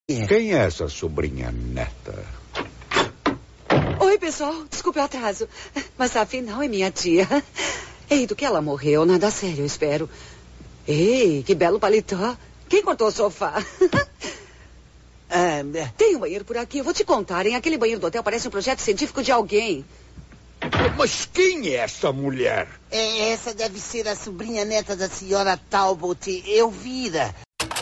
Quem é essa sobrinha neta? Oi, pessoal. Desculpe o atraso. Mas afinal é minha tia. Ei, do que ela morreu? Nada sério, eu espero. Ei, que belo paletó. Quem cortou o sofá? Tem um banheiro por aqui. Eu vou te contar, hein? Aquele banheiro do hotel parece um projeto científico de alguém. Mas quem é essa mulher? Essa deve ser a sobrinha neta da senhora Talbot, Elvira.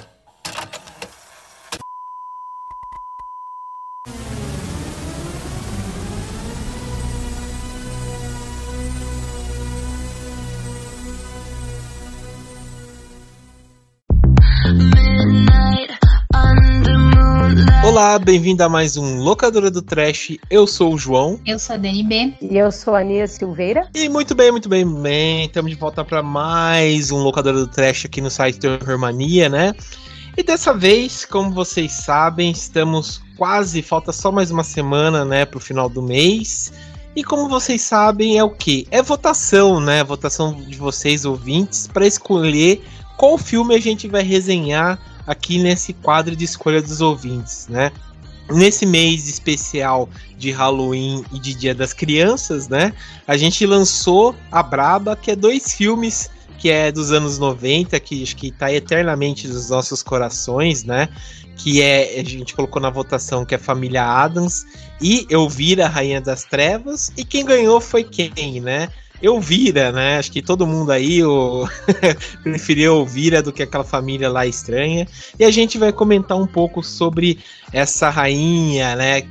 Olá, bem-vindo a mais um Locadora do Trash. Eu sou o João. Eu sou a Dani B. E eu sou a Ania Silveira. E muito bem. Estamos de volta para mais um Locadora do Trash aqui no site Terror Mania, né? E dessa vez, como vocês sabem, estamos falta só mais uma semana, né, pro final do mês. E como vocês sabem, é o quê? É votação, né? Votação de vocês, ouvintes, para escolher qual filme a gente vai resenhar aqui nesse quadro de escolha dos ouvintes, né? Nesse mês especial de Halloween e de Dia das Crianças, né? A gente lançou a Braba, que é 2 filmes que é dos anos 90, que acho que tá eternamente nos nossos corações, né? Que a gente colocou na votação, que é Família Addams e Elvira, Rainha das Trevas. E quem ganhou foi quem, né? Elvira, né? Acho que todo mundo aí preferiu Elvira do que aquela família lá estranha. E a gente vai comentar um pouco sobre essa rainha, né?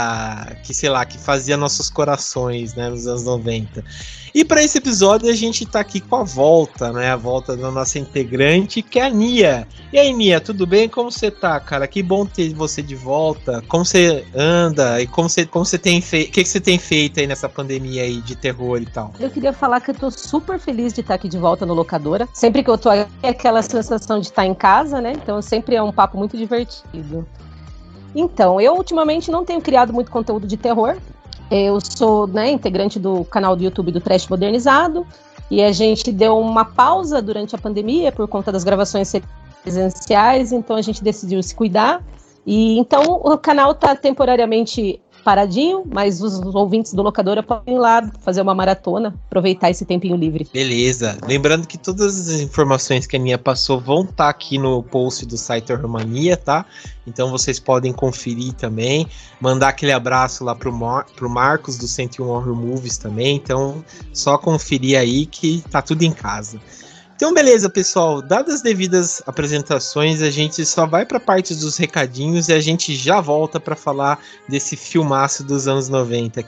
Que fazia nossos corações, né? Nos anos 90. E para esse episódio a gente tá aqui com a volta, né? A volta da nossa integrante, que é a Nia. E aí, Nia, tudo bem? Como você tá, cara? Que bom ter você de volta. Como você anda? E como você tem feito? O que você tem feito aí nessa pandemia aí de terror e tal? Eu queria falar que eu tô super feliz de estar aqui de volta no Locadora. Sempre que eu tô aqui é aquela sensação de estar em casa, né? Então sempre é um papo muito divertido. Então, eu ultimamente não tenho criado muito conteúdo de terror. Eu sou, né, integrante do canal do YouTube do Trash Modernizado e a gente deu uma pausa durante a pandemia por conta das gravações presenciais, então a gente decidiu se cuidar e então o canal está temporariamente paradinho, mas os ouvintes do Locadora podem ir lá fazer uma maratona, aproveitar esse tempinho livre. Beleza. Lembrando que todas as informações que a Nia passou vão estar aqui no post do site Terror Mania, tá? Então vocês podem conferir também, mandar aquele abraço lá pro Marcos do 101 Horror Movies também, então só conferir aí que tá tudo em casa. Então beleza, pessoal, dadas as devidas apresentações, a gente só vai para a parte dos recadinhos e a gente já volta para falar desse filmaço dos anos 90.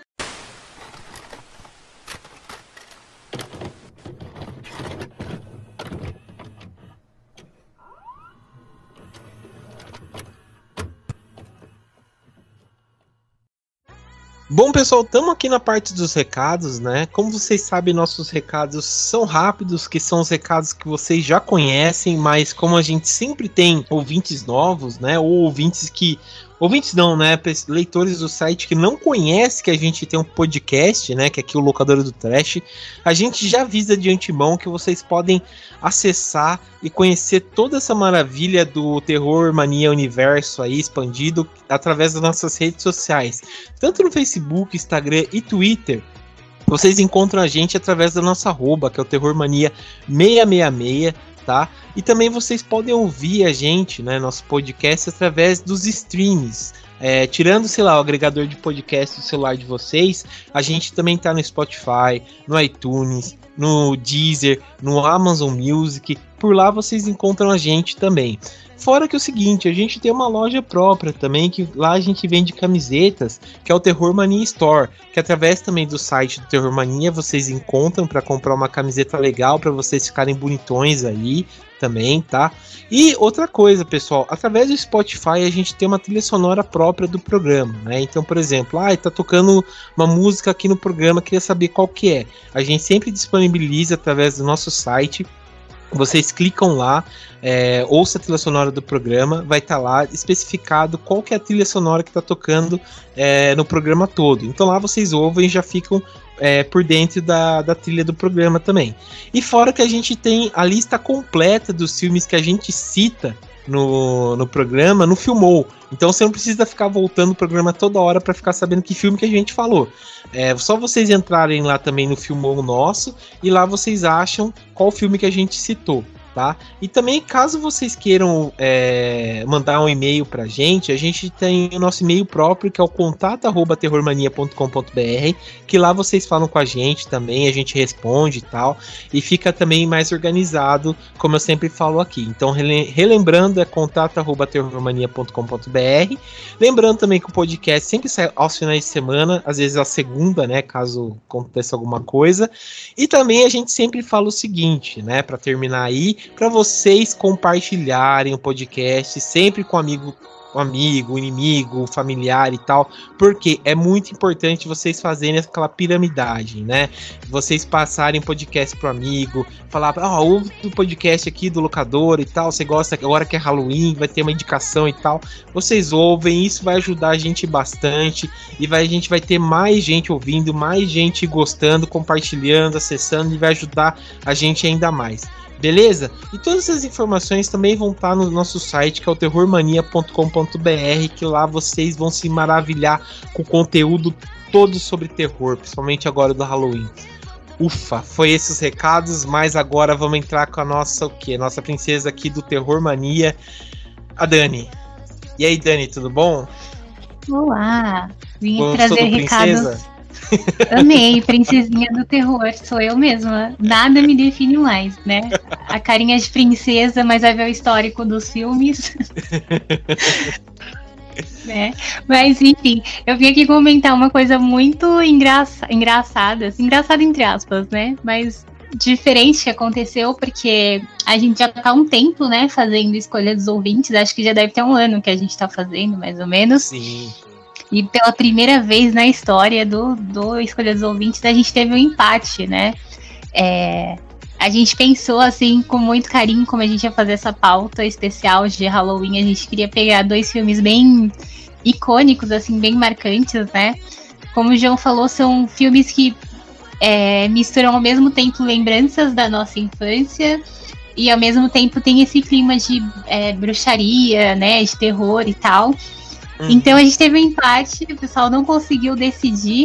Bom, pessoal, estamos aqui na parte dos recados, né? Como vocês sabem, nossos recados são rápidos, que são os recados que vocês já conhecem, mas como a gente sempre tem ouvintes novos, né? Ou ouvintes que... Ouvintes não, né? Leitores do site que não conhecem que a gente tem um podcast, né? Que é aqui o Locadora do Trash. A gente já avisa de antemão que vocês podem acessar e conhecer toda essa maravilha do Terror Mania Universo aí expandido através das nossas redes sociais. Tanto no Facebook, Instagram e Twitter. Vocês encontram a gente através da nossa arroba, que é o Terror Mania 666. Tá? E também vocês podem ouvir a gente, né, nosso podcast, através dos streams. Tirando, sei lá, o agregador de podcast do celular de vocês, a gente também tá no Spotify, no iTunes, no Deezer, no Amazon Music. Por lá vocês encontram a gente também. Fora que é o seguinte, a gente tem uma loja própria também, que lá a gente vende camisetas, que é o Terror Mania Store, que através também do site do Terror Mania vocês encontram para comprar uma camiseta legal para vocês ficarem bonitões aí também, tá? E outra coisa, pessoal, através do Spotify a gente tem uma trilha sonora própria do programa, né? Então, por exemplo, tá tocando uma música aqui no programa, queria saber qual que é. A gente sempre disponibiliza através do nosso site. Vocês clicam lá, ouça a trilha sonora do programa, vai estar lá especificado qual que é a trilha sonora que está tocando no programa todo. Então lá vocês ouvem e já ficam por dentro da trilha do programa também. E fora que a gente tem a lista completa dos filmes que a gente cita no programa, não filmou. Então você não precisa ficar voltando o programa toda hora para ficar sabendo que filme que a gente falou. É só vocês entrarem lá também no Filmou Nosso e lá vocês acham qual filme que a gente citou. Tá? E também, caso vocês queiram mandar um e-mail pra gente, a gente tem o nosso e-mail próprio, que é o contato@terrormania.com.br, que lá vocês falam com a gente também, a gente responde e tal, e fica também mais organizado, como eu sempre falo aqui. Então, relembrando, é contato@terrormania.com.br. Lembrando também que o podcast sempre sai aos finais de semana, às vezes a segunda, né, caso aconteça alguma coisa. E também a gente sempre fala o seguinte, né, pra terminar aí, para vocês compartilharem o podcast sempre com amigo, inimigo, familiar e tal, porque é muito importante vocês fazerem aquela piramidagem, né? Vocês passarem podcast pro amigo, falar, ouve o podcast aqui do locador e tal, você gosta, agora que é Halloween, vai ter uma indicação e tal, vocês ouvem, isso vai ajudar a gente bastante, e a gente vai ter mais gente ouvindo, mais gente gostando, compartilhando, acessando, e vai ajudar a gente ainda mais. Beleza? E todas essas informações também vão estar no nosso site, que é o terrormania.com.br, que lá vocês vão se maravilhar com o conteúdo todo sobre terror, principalmente agora do Halloween. Ufa, foi esses recados, mas agora vamos entrar com a nossa princesa aqui do Terror Mania, a Dani. E aí, Dani, tudo bom? Olá, vim Gostou trazer recados. Amei, princesinha do terror, sou eu mesma. Nada me define mais, né? A carinha de princesa, mas vai ver o histórico dos filmes. Né? Mas enfim, eu vim aqui comentar uma coisa muito engraçada, assim, engraçada entre aspas, né? Mas diferente que aconteceu, porque a gente já tá há um tempo, né, fazendo Escolha dos Ouvintes. Acho que já deve ter um ano que a gente tá fazendo, mais ou menos. Sim. E pela primeira vez na história do Escolha dos Ouvintes, a gente teve um empate, né? A gente pensou, assim, com muito carinho, como a gente ia fazer essa pauta especial de Halloween. A gente queria pegar 2 filmes bem icônicos, assim, bem marcantes, né? Como o João falou, são filmes que misturam ao mesmo tempo lembranças da nossa infância e ao mesmo tempo tem esse clima de bruxaria, né? De terror e tal. Então a gente teve um empate, o pessoal não conseguiu decidir.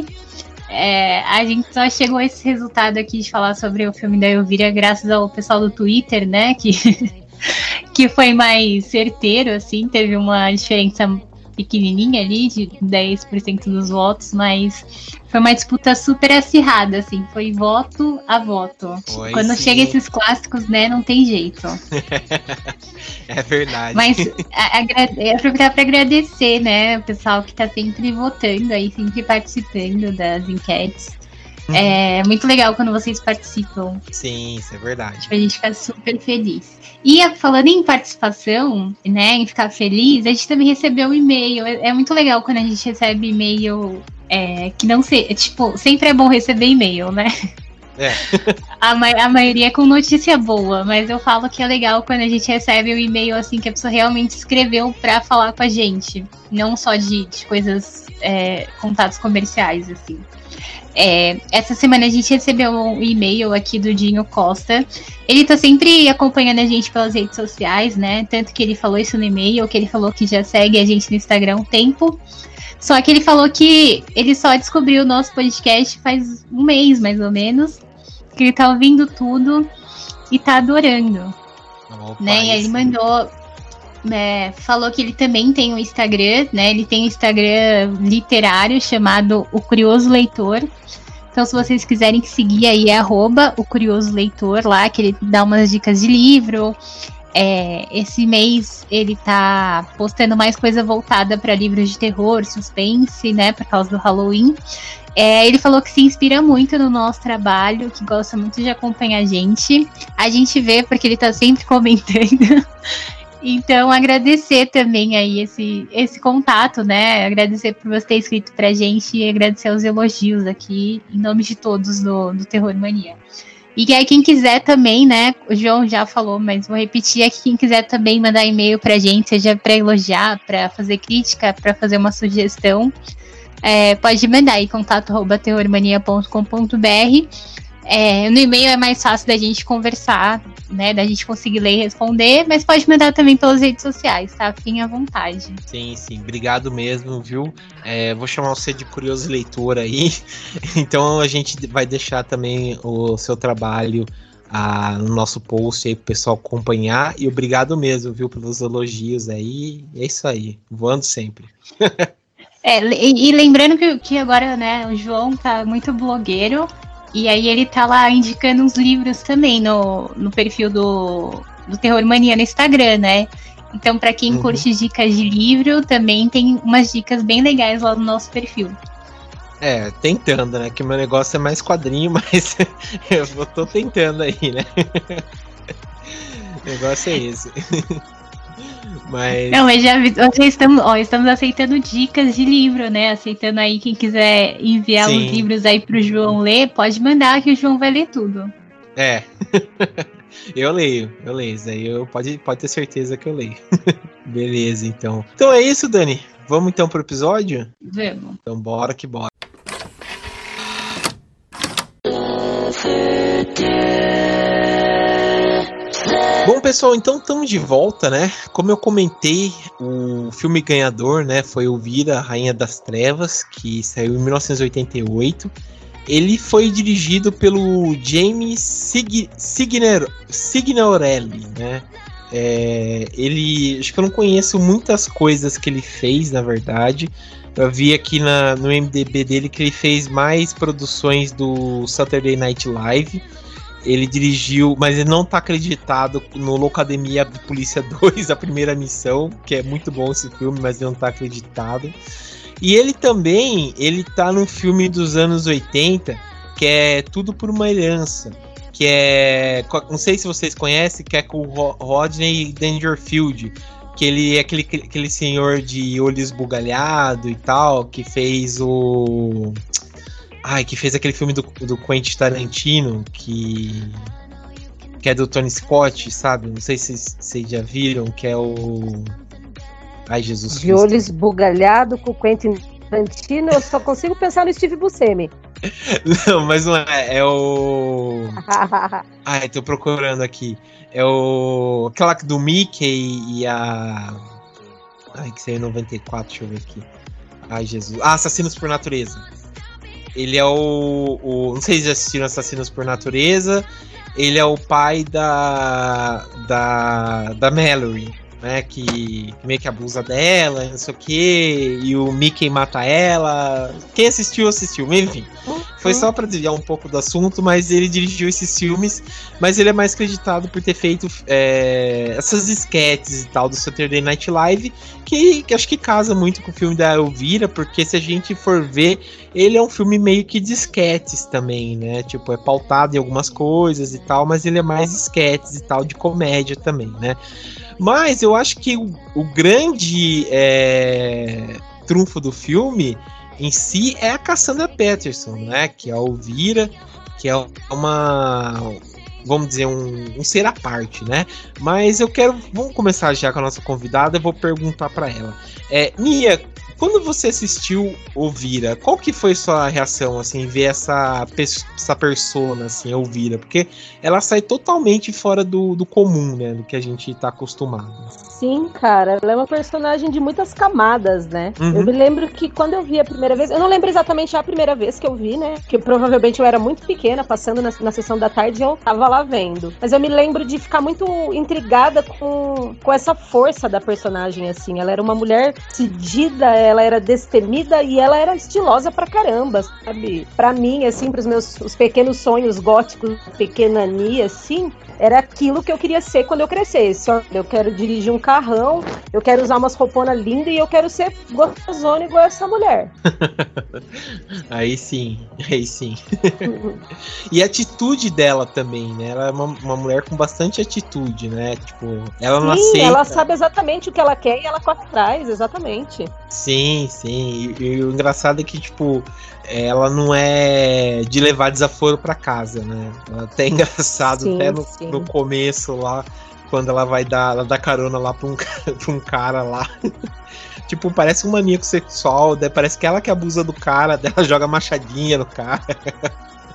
A gente só chegou a esse resultado aqui de falar sobre o filme da Elvira graças ao pessoal do Twitter, né? Que foi mais certeiro, assim, teve uma diferença pequenininha ali, de 10% dos votos, mas foi uma disputa super acirrada, assim, foi voto a voto. Quando chega esses clássicos, né, não tem jeito. É verdade. Mas aproveitar para agradecer, né, o pessoal que tá sempre votando aí, sempre participando das enquetes. É muito legal quando vocês participam. Sim, isso é verdade. A gente fica super feliz. E falando em participação, né, em ficar feliz, a gente também recebeu um e-mail. É muito legal quando a gente recebe e-mail que não sei, tipo, sempre é bom receber e-mail, né? A maioria é com notícia boa, mas eu falo que é legal quando a gente recebe um e-mail assim que a pessoa realmente escreveu pra falar com a gente, não só de coisas, contatos comerciais, assim. Essa semana a gente recebeu um e-mail aqui do Dinho Costa. Ele tá sempre acompanhando a gente pelas redes sociais, né? Tanto que ele falou isso no e-mail, que ele falou que já segue a gente no Instagram há um tempo. Só que ele falou que ele só descobriu o nosso podcast faz um mês, mais ou menos. Que ele tá ouvindo tudo e tá adorando. Opa, né? E aí ele mandou... falou que ele também tem um Instagram, né? Ele tem um Instagram literário chamado O Curioso Leitor. Então, se vocês quiserem seguir aí, é @o Curioso Leitor lá, que ele dá umas dicas de livro. Esse mês ele tá postando mais coisa voltada para livros de terror, suspense, né? Por causa do Halloween. Ele falou que se inspira muito no nosso trabalho, que gosta muito de acompanhar a gente. A gente vê porque ele tá sempre comentando. Então, agradecer também aí esse contato, né? Agradecer por você ter escrito pra gente e agradecer os elogios aqui, em nome de todos do Terror Mania. E aí, quem quiser também, né? O João já falou, mas vou repetir aqui, quem quiser também mandar e-mail pra gente, seja pra elogiar, pra fazer crítica, pra fazer uma sugestão, pode mandar aí, contato@terrormania.com.br. No e-mail é mais fácil da gente conversar, né? Da gente conseguir ler e responder, mas pode mandar também pelas redes sociais, tá? Fiquem à vontade. Sim, obrigado mesmo, viu? Vou chamar você de curioso leitor aí. Então a gente vai deixar também o seu trabalho no nosso post aí pro pessoal acompanhar. E obrigado mesmo, viu, pelos elogios aí. É isso aí, voando sempre. E lembrando que agora, né, o João tá muito blogueiro. E aí ele tá lá indicando uns livros também no perfil do Terror Mania no Instagram, né? Então, pra quem curte dicas de livro, também tem umas dicas bem legais lá no nosso perfil. Tentando, né? Que o meu negócio é mais quadrinho, mas eu tô tentando aí, né? O negócio é esse. Mas... Não, mas estamos aceitando dicas de livro, né? Aceitando aí quem quiser enviar os livros aí pro João ler, pode mandar que o João vai ler tudo. Eu leio. Isso aí pode ter certeza que eu leio. Beleza, então. Então é isso, Dani. Vamos então pro episódio? Vamos. Então bora que bora. Bom, pessoal, então estamos de volta, né? Como eu comentei, o filme ganhador, né, foi Elvira, Rainha das Trevas, que saiu em 1988. Ele foi dirigido pelo James Signorelli, né? Acho que eu não conheço muitas coisas que ele fez, na verdade. Eu vi aqui no IMDb dele que ele fez mais produções do Saturday Night Live. Ele dirigiu, mas ele não tá acreditado no Loucademia de Polícia 2, a primeira missão, que é muito bom esse filme, mas ele não tá acreditado. E ele tá num filme dos anos 80, que é Tudo por uma Herança, que é, não sei se vocês conhecem, que é com o Rodney Dangerfield, que ele é aquele senhor de olho esbugalhado e tal, que fez que fez aquele filme do Quentin Tarantino, que é do Tony Scott, sabe? Não sei se vocês já viram, que é o... Ai, Jesus Cristo. De olho esbugalhado com o Quentin Tarantino, eu só consigo pensar no Steve Buscemi. Não, mas não é o... tô procurando aqui. É o... Aquela do Mickey e a... que saiu em 94, deixa eu ver aqui. Ai, Jesus. Assassinos por Natureza. Ele é não sei se já assistiram Assassinos por Natureza. Ele é o pai da Mallory, né? Que meio que abusa dela, não sei o que. E o Mickey mata ela. Quem assistiu. Enfim. Foi só pra desviar um pouco do assunto, mas ele dirigiu esses filmes. Mas ele é mais acreditado por ter feito essas esquetes e tal do Saturday Night Live, que acho que casa muito com o filme da Elvira, porque se a gente for ver, ele é um filme meio que de esquetes também, né? Tipo, é pautado em algumas coisas e tal, mas ele é mais esquetes e tal, de comédia também, né? Mas eu acho que o grande trunfo do filme em si é a Cassandra Peterson, né? Que é a Elvira, que é vamos dizer, um ser à parte, né? Mas vamos começar já com a nossa convidada, eu vou perguntar para ela. Nia, quando você assistiu Elvira, qual que foi sua reação, assim, ver essa persona, assim, Elvira? Porque ela sai totalmente fora do comum, né? Do que a gente tá acostumado. Sim, cara, ela é uma personagem de muitas camadas, né? Eu me lembro que quando eu vi a primeira vez, eu não lembro exatamente a primeira vez que eu vi, né? Que provavelmente eu era muito pequena, passando na sessão da tarde e eu tava lá vendo. Mas eu me lembro de ficar muito intrigada com essa força da personagem, assim. Ela era uma mulher decidida, ela era destemida e ela era estilosa pra caramba, sabe? Pra mim, assim, pros meus os pequenos sonhos góticos, pequena Nia, assim, era aquilo que eu queria ser quando eu crescesse. Eu quero dirigir um carrão, eu quero usar umas rouponas lindas e eu quero ser gostosona igual essa mulher. Aí sim. E a atitude dela também, né? Ela é uma mulher com bastante atitude, né? Tipo, ela não aceita. Ela sabe exatamente o que ela quer e ela corre atrás, exatamente. Sim. E o engraçado é que, tipo, ela não é de levar desaforo pra casa, né? Ela até é engraçado, sim, até sim. no começo lá, quando ela dá carona lá pra um cara lá. Tipo, parece um maníaco sexual, parece que ela que abusa do cara, dela joga machadinha no cara.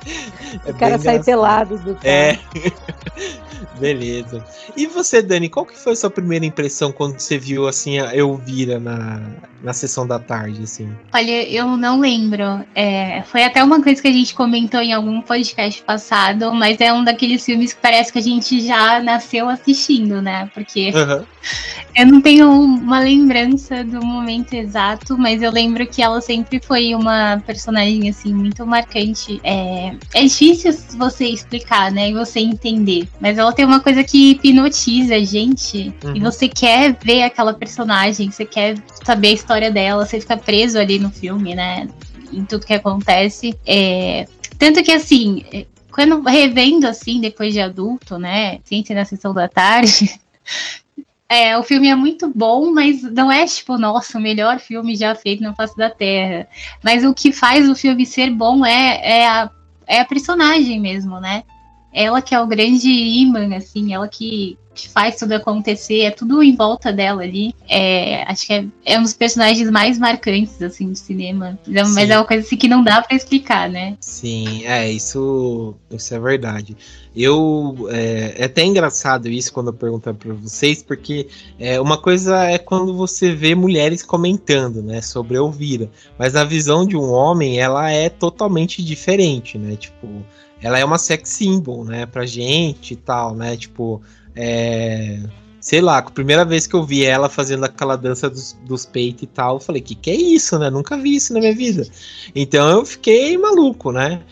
O cara sai pelado do carro. É. Beleza. E você, Dani, qual que foi a sua primeira impressão quando você viu, assim, a Elvira na sessão da tarde, assim? Olha, eu não lembro. Foi até uma coisa que a gente comentou em algum podcast passado, mas é um daqueles filmes que parece que a gente já nasceu assistindo, né? Porque eu não tenho uma lembrança do momento exato, mas eu lembro que ela sempre foi uma personagem, assim, muito marcante. É difícil você explicar, né? E você entender. Mas ela tem uma coisa que hipnotiza a gente. E você quer ver aquela personagem, você quer saber a história dela, você fica preso ali no filme, né? Em tudo que acontece. Tanto que, assim, quando revendo, assim, depois de adulto, né? Sempre na sessão da tarde... o filme é muito bom, mas não é, tipo, nossa, o melhor filme já feito na face da Terra. Mas o que faz o filme ser bom é a personagem mesmo, né? Ela que é o grande imã, assim, ela que faz tudo acontecer, é tudo em volta dela ali. Acho que é um dos personagens mais marcantes, assim, do cinema. Mas é uma coisa assim que não dá pra explicar, né? Sim, isso é verdade. É até engraçado isso quando eu pergunto pra vocês, porque uma coisa é quando você vê mulheres comentando, né, sobre Elvira, mas a visão de um homem, ela é totalmente diferente, né, tipo, ela é uma sex symbol, né, pra gente e tal, né, tipo, sei lá, a primeira vez que eu vi ela fazendo aquela dança dos peitos e tal, eu falei, que é isso, né, nunca vi isso na minha vida, então eu fiquei maluco, né.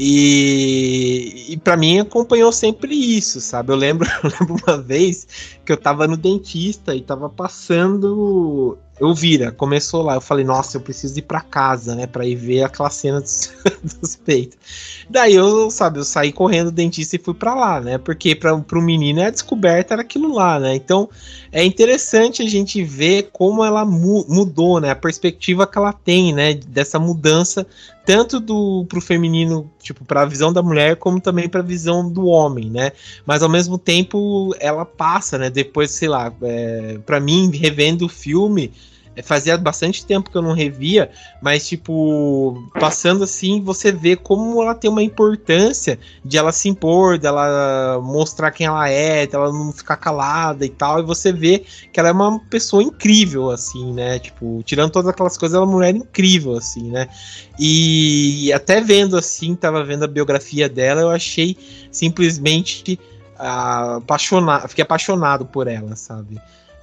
E pra mim acompanhou sempre isso, sabe? Eu lembro uma vez que eu tava no dentista e tava passando Elvira, começou lá, eu falei, nossa, eu preciso ir pra casa, né, pra ir ver aquela cena dos peitos. Daí eu saí correndo do dentista e fui pra lá, né, porque pro menino a descoberta era aquilo lá, né, então é interessante a gente ver como ela mudou, né, a perspectiva que ela tem, né, dessa mudança, tanto pro feminino, tipo, pra visão da mulher, como também pra visão do homem, né, mas ao mesmo tempo ela passa, né, depois, sei lá, pra mim, revendo o filme, fazia bastante tempo que eu não revia, mas, tipo, passando assim, você vê como ela tem uma importância de ela se impor, dela mostrar quem ela é, dela não ficar calada e tal, e você vê que ela é uma pessoa incrível, assim, né, tipo, tirando todas aquelas coisas, ela é uma mulher incrível, assim, né, e até vendo, assim, tava vendo a biografia dela, eu achei simplesmente fiquei apaixonado por ela, sabe.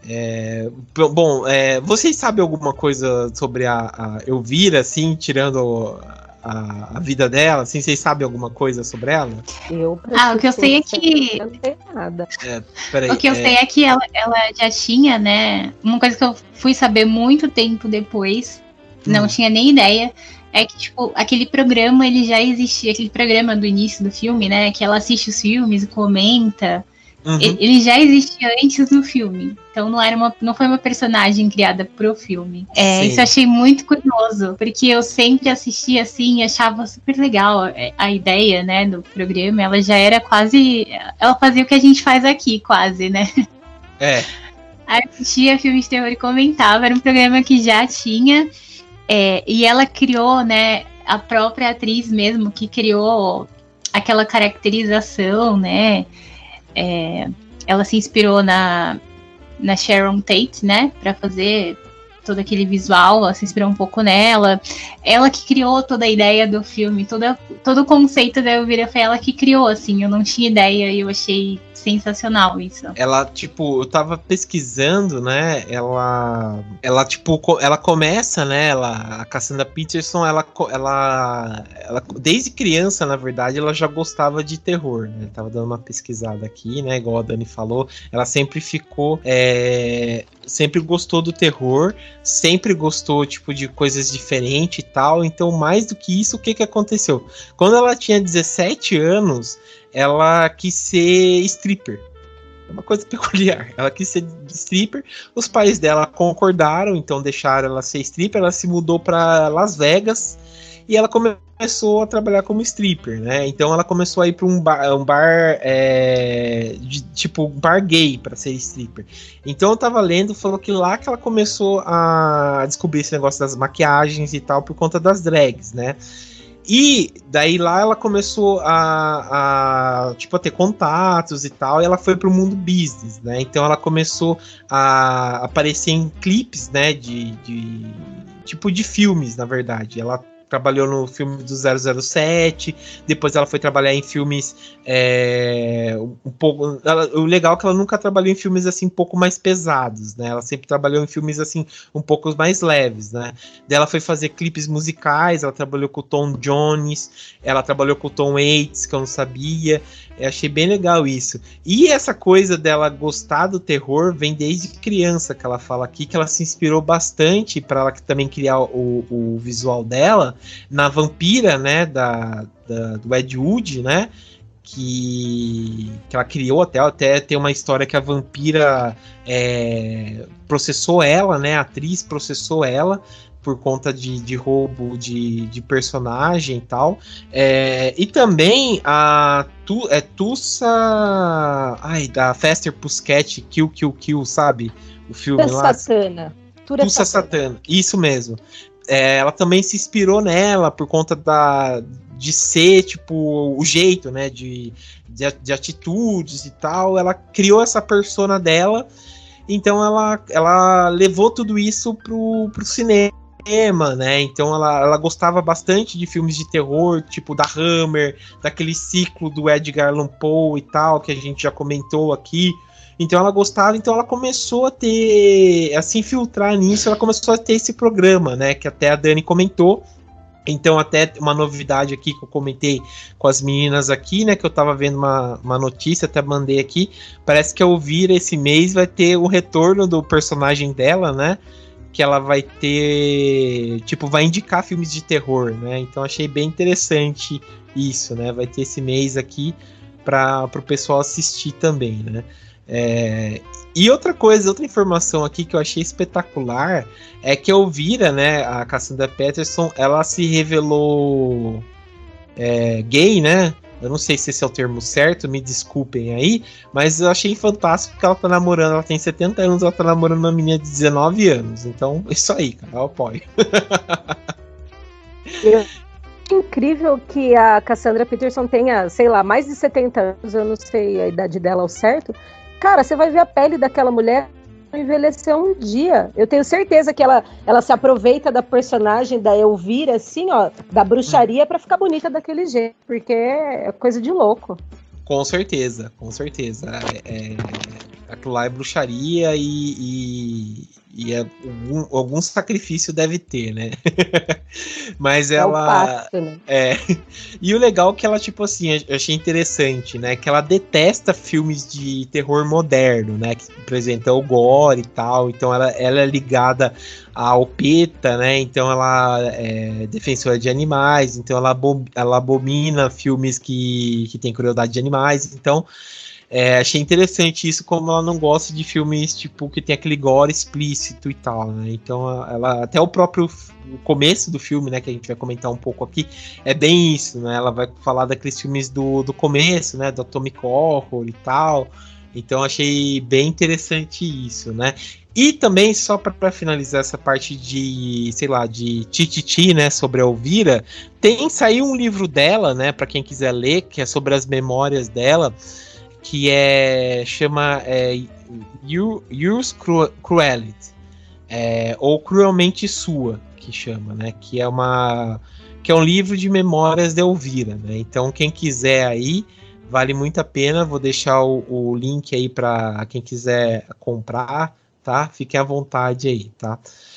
Vocês sabem alguma coisa sobre a Elvira, assim, tirando a vida dela, assim, vocês sabem alguma coisa sobre ela? O que eu sei é que... Não sei nada. O que eu sei é que ela já tinha, né, uma coisa que eu fui saber muito tempo depois, não tinha nem ideia, é que, tipo, aquele programa, ele já existia, aquele programa do início do filme, né, que ela assiste os filmes e comenta... Ele já existia antes do filme. Então não foi uma personagem criada pro filme. Isso eu achei muito curioso, porque eu sempre assistia assim e achava super legal a ideia, né, do programa. Ela já era quase... Ela fazia o que a gente faz aqui, quase, né? Assistia filmes de terror e comentava. Era um programa que já tinha. E ela criou, né, a própria atriz mesmo, que criou aquela caracterização, né? Ela se inspirou na Sharon Tate, né, pra fazer todo aquele visual, ela se inspirou um pouco nela. Ela que criou toda a ideia do filme, todo o conceito da Elvira foi ela que criou, assim, eu não tinha ideia e eu achei sensacional isso. Ela, tipo, eu tava pesquisando, né, ela começa, né, a Cassandra Peterson, ela desde criança, na verdade, ela já gostava de terror, né, tava dando uma pesquisada aqui, né, igual a Dani falou, ela sempre sempre gostou do terror, sempre gostou, tipo, de coisas diferentes e tal, então, mais do que isso, o que aconteceu? Quando ela tinha 17 anos, ela quis ser stripper. É uma coisa peculiar. Ela quis ser stripper. Os pais dela concordaram, então deixaram ela ser stripper. Ela se mudou para Las Vegas e ela começou a trabalhar como stripper, né? Então ela começou a ir para um bar tipo bar gay para ser stripper. Então eu tava lendo, falou que lá que ela começou a descobrir esse negócio das maquiagens e tal por conta das drags, né? E daí lá ela começou a ter contatos e tal, e ela foi pro mundo business, né? Então ela começou a aparecer em clipes, né? De filmes, na verdade. Ela trabalhou no filme do 007, depois ela foi trabalhar em filmes um pouco... o legal é que ela nunca trabalhou em filmes assim um pouco mais pesados, né? Ela sempre trabalhou em filmes assim um pouco mais leves, né? Daí ela foi fazer clipes musicais, ela trabalhou com o Tom Jones, ela trabalhou com o Tom Waits, que eu não sabia. Eu achei bem legal isso. E essa coisa dela gostar do terror vem desde criança, que ela fala aqui, que ela se inspirou bastante para ela também criar o visual dela na Vampira, né, do Ed Wood, né, que ela criou até tem uma história que a Vampira processou ela, né, a atriz processou ela por conta de roubo de personagem e tal. E também a Tussa... da Faster Pussycat, Kill, sabe? O filme lá. Tussa Satana. Isso mesmo. Ela também se inspirou nela por conta de ser, tipo, o jeito, né? De atitudes e tal. Ela criou essa persona dela. Então ela levou tudo isso pro cinema. Né? Então ela gostava bastante de filmes de terror, tipo da Hammer, daquele ciclo do Edgar Allan Poe e tal, que a gente já comentou aqui. Então ela gostava, então ela começou a se infiltrar nisso, ela começou a ter esse programa, né? Que até a Dani comentou. Então até uma novidade aqui que eu comentei com as meninas aqui, né? Que eu tava vendo uma notícia, até mandei aqui. Parece que a Elvira esse mês vai ter o retorno do personagem dela, né? Que ela vai ter, vai indicar filmes de terror, né? Então achei bem interessante isso, né? Vai ter esse mês aqui para o pessoal assistir também, né? E outra informação aqui que eu achei espetacular é que a Elvira, né? A Cassandra Peterson, ela se revelou gay, né? Eu não sei se esse é o termo certo, me desculpem aí, mas eu achei fantástico que ela tá namorando, ela tem 70 anos, ela tá namorando uma menina de 19 anos. Então, isso aí, cara, eu apoio. É incrível que a Cassandra Peterson tenha, sei lá, mais de 70 anos, eu não sei a idade dela ao certo. Cara, você vai ver a pele daquela mulher envelheceu um dia. Eu tenho certeza que ela se aproveita da personagem da Elvira, assim, ó, da bruxaria pra ficar bonita daquele jeito, porque é coisa de louco. Com certeza. Aquilo lá é bruxaria e algum sacrifício deve ter, né? Mas ela... o pacto, né? E o legal é que ela, eu achei interessante, né? Que ela detesta filmes de terror moderno, né? Que apresenta o gore e tal. Então ela é ligada ao PETA, né? Então ela é defensora de animais. Então ela abomina filmes que tem crueldade de animais. Então... achei interessante isso, como ela não gosta de filmes que tem aquele gore explícito e tal, né? Então ela até o começo do filme, né, que a gente vai comentar um pouco aqui, é bem isso, né? Ela vai falar daqueles filmes do começo, né, do Atomic Horror e tal. Então achei bem interessante isso, né? E também, só para finalizar essa parte de tititi, né, sobre a Elvira, saiu um livro dela, né, para quem quiser ler, que é sobre as memórias dela, que chama Yours Cruelty, ou Cruelmente Sua, que chama, né? Que é um livro de memórias de Elvira, né? Então quem quiser aí, vale muito a pena. Vou deixar o link aí para quem quiser comprar, tá? Fiquem à vontade aí, tá?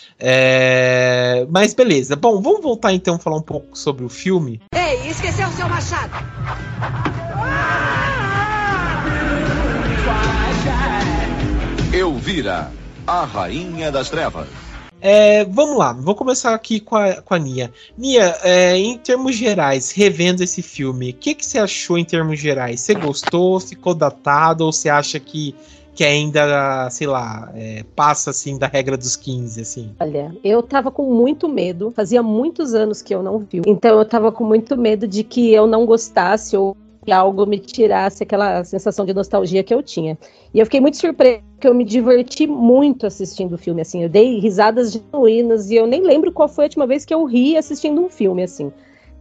Mas beleza. Bom, vamos voltar então a falar um pouco sobre o filme. Ei, esqueceu o seu machado! Elvira, a Rainha das Trevas. Vamos lá, vou começar aqui com a Nia. Nia, em termos gerais, revendo esse filme, o que você achou em termos gerais? Você gostou, ficou datado, ou você acha que ainda, sei lá, passa assim da regra dos 15, assim? Olha, eu tava com muito medo, fazia muitos anos que eu não vi, então eu tava com muito medo de que eu não gostasse ou que algo me tirasse aquela sensação de nostalgia que eu tinha. E eu fiquei muito surpresa, porque eu me diverti muito assistindo o filme, assim, eu dei risadas genuínas e eu nem lembro qual foi a última vez que eu ri assistindo um filme, assim.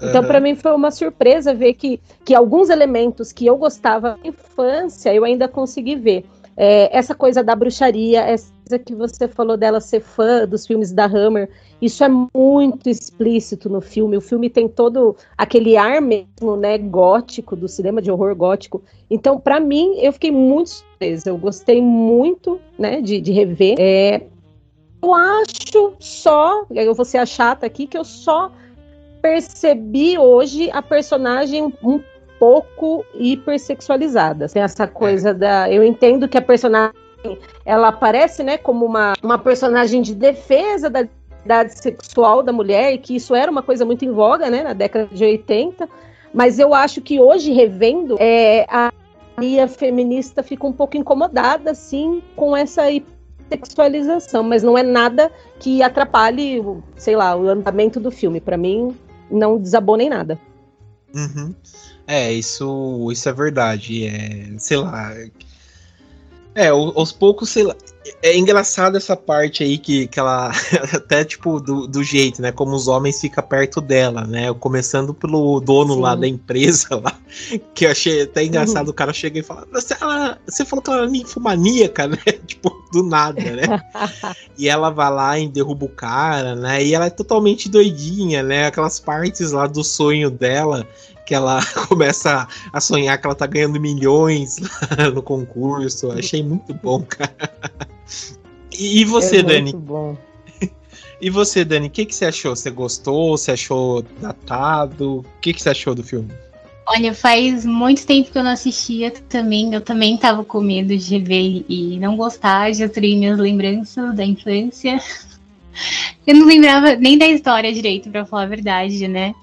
Então, para mim, foi uma surpresa ver que alguns elementos que eu gostava na infância, eu ainda consegui ver. Essa coisa da bruxaria, essa coisa que você falou dela ser fã dos filmes da Hammer, isso é muito explícito no filme. O filme tem todo aquele ar mesmo, né, gótico, do cinema de horror gótico. Então, para mim, eu fiquei muito surpresa. Eu gostei muito, né, de rever. Eu acho só, eu vou ser a chata aqui, que eu só percebi hoje a personagem um pouco hipersexualizada. Tem essa coisa eu entendo que a personagem, ela aparece, né, como uma personagem de defesa da identidade sexual da mulher, e que isso era uma coisa muito em voga, né, na década de 80, mas eu acho que hoje, revendo, a Maria feminista fica um pouco incomodada, assim, com essa hipersexualização, mas não é nada que atrapalhe, sei lá, o andamento do filme. Para mim, não desabou nem nada. Uhum. Isso é verdade. Sei lá. Aos poucos, sei lá. É engraçado essa parte aí que ela. Até tipo do jeito, né? Como os homens ficam perto dela, né? Começando pelo dono lá da empresa lá. Que eu achei até engraçado. O cara chega e fala: Você falou que ela era ninfomaníaca, né? Tipo, do nada, né? E ela vai lá e derruba o cara, né? E ela é totalmente doidinha, né? Aquelas partes lá do sonho dela, que ela começa a sonhar que ela tá ganhando milhões no concurso. Achei muito bom, cara. E você, Dani? Muito bom. E você, Dani, o que você achou? Você gostou? Você achou datado? O que você achou do filme? Olha, faz muito tempo que eu não assistia também. Eu também tava com medo de rever e não gostar. Já tirei minhas lembranças da infância. Eu não lembrava nem da história direito, pra falar a verdade, né?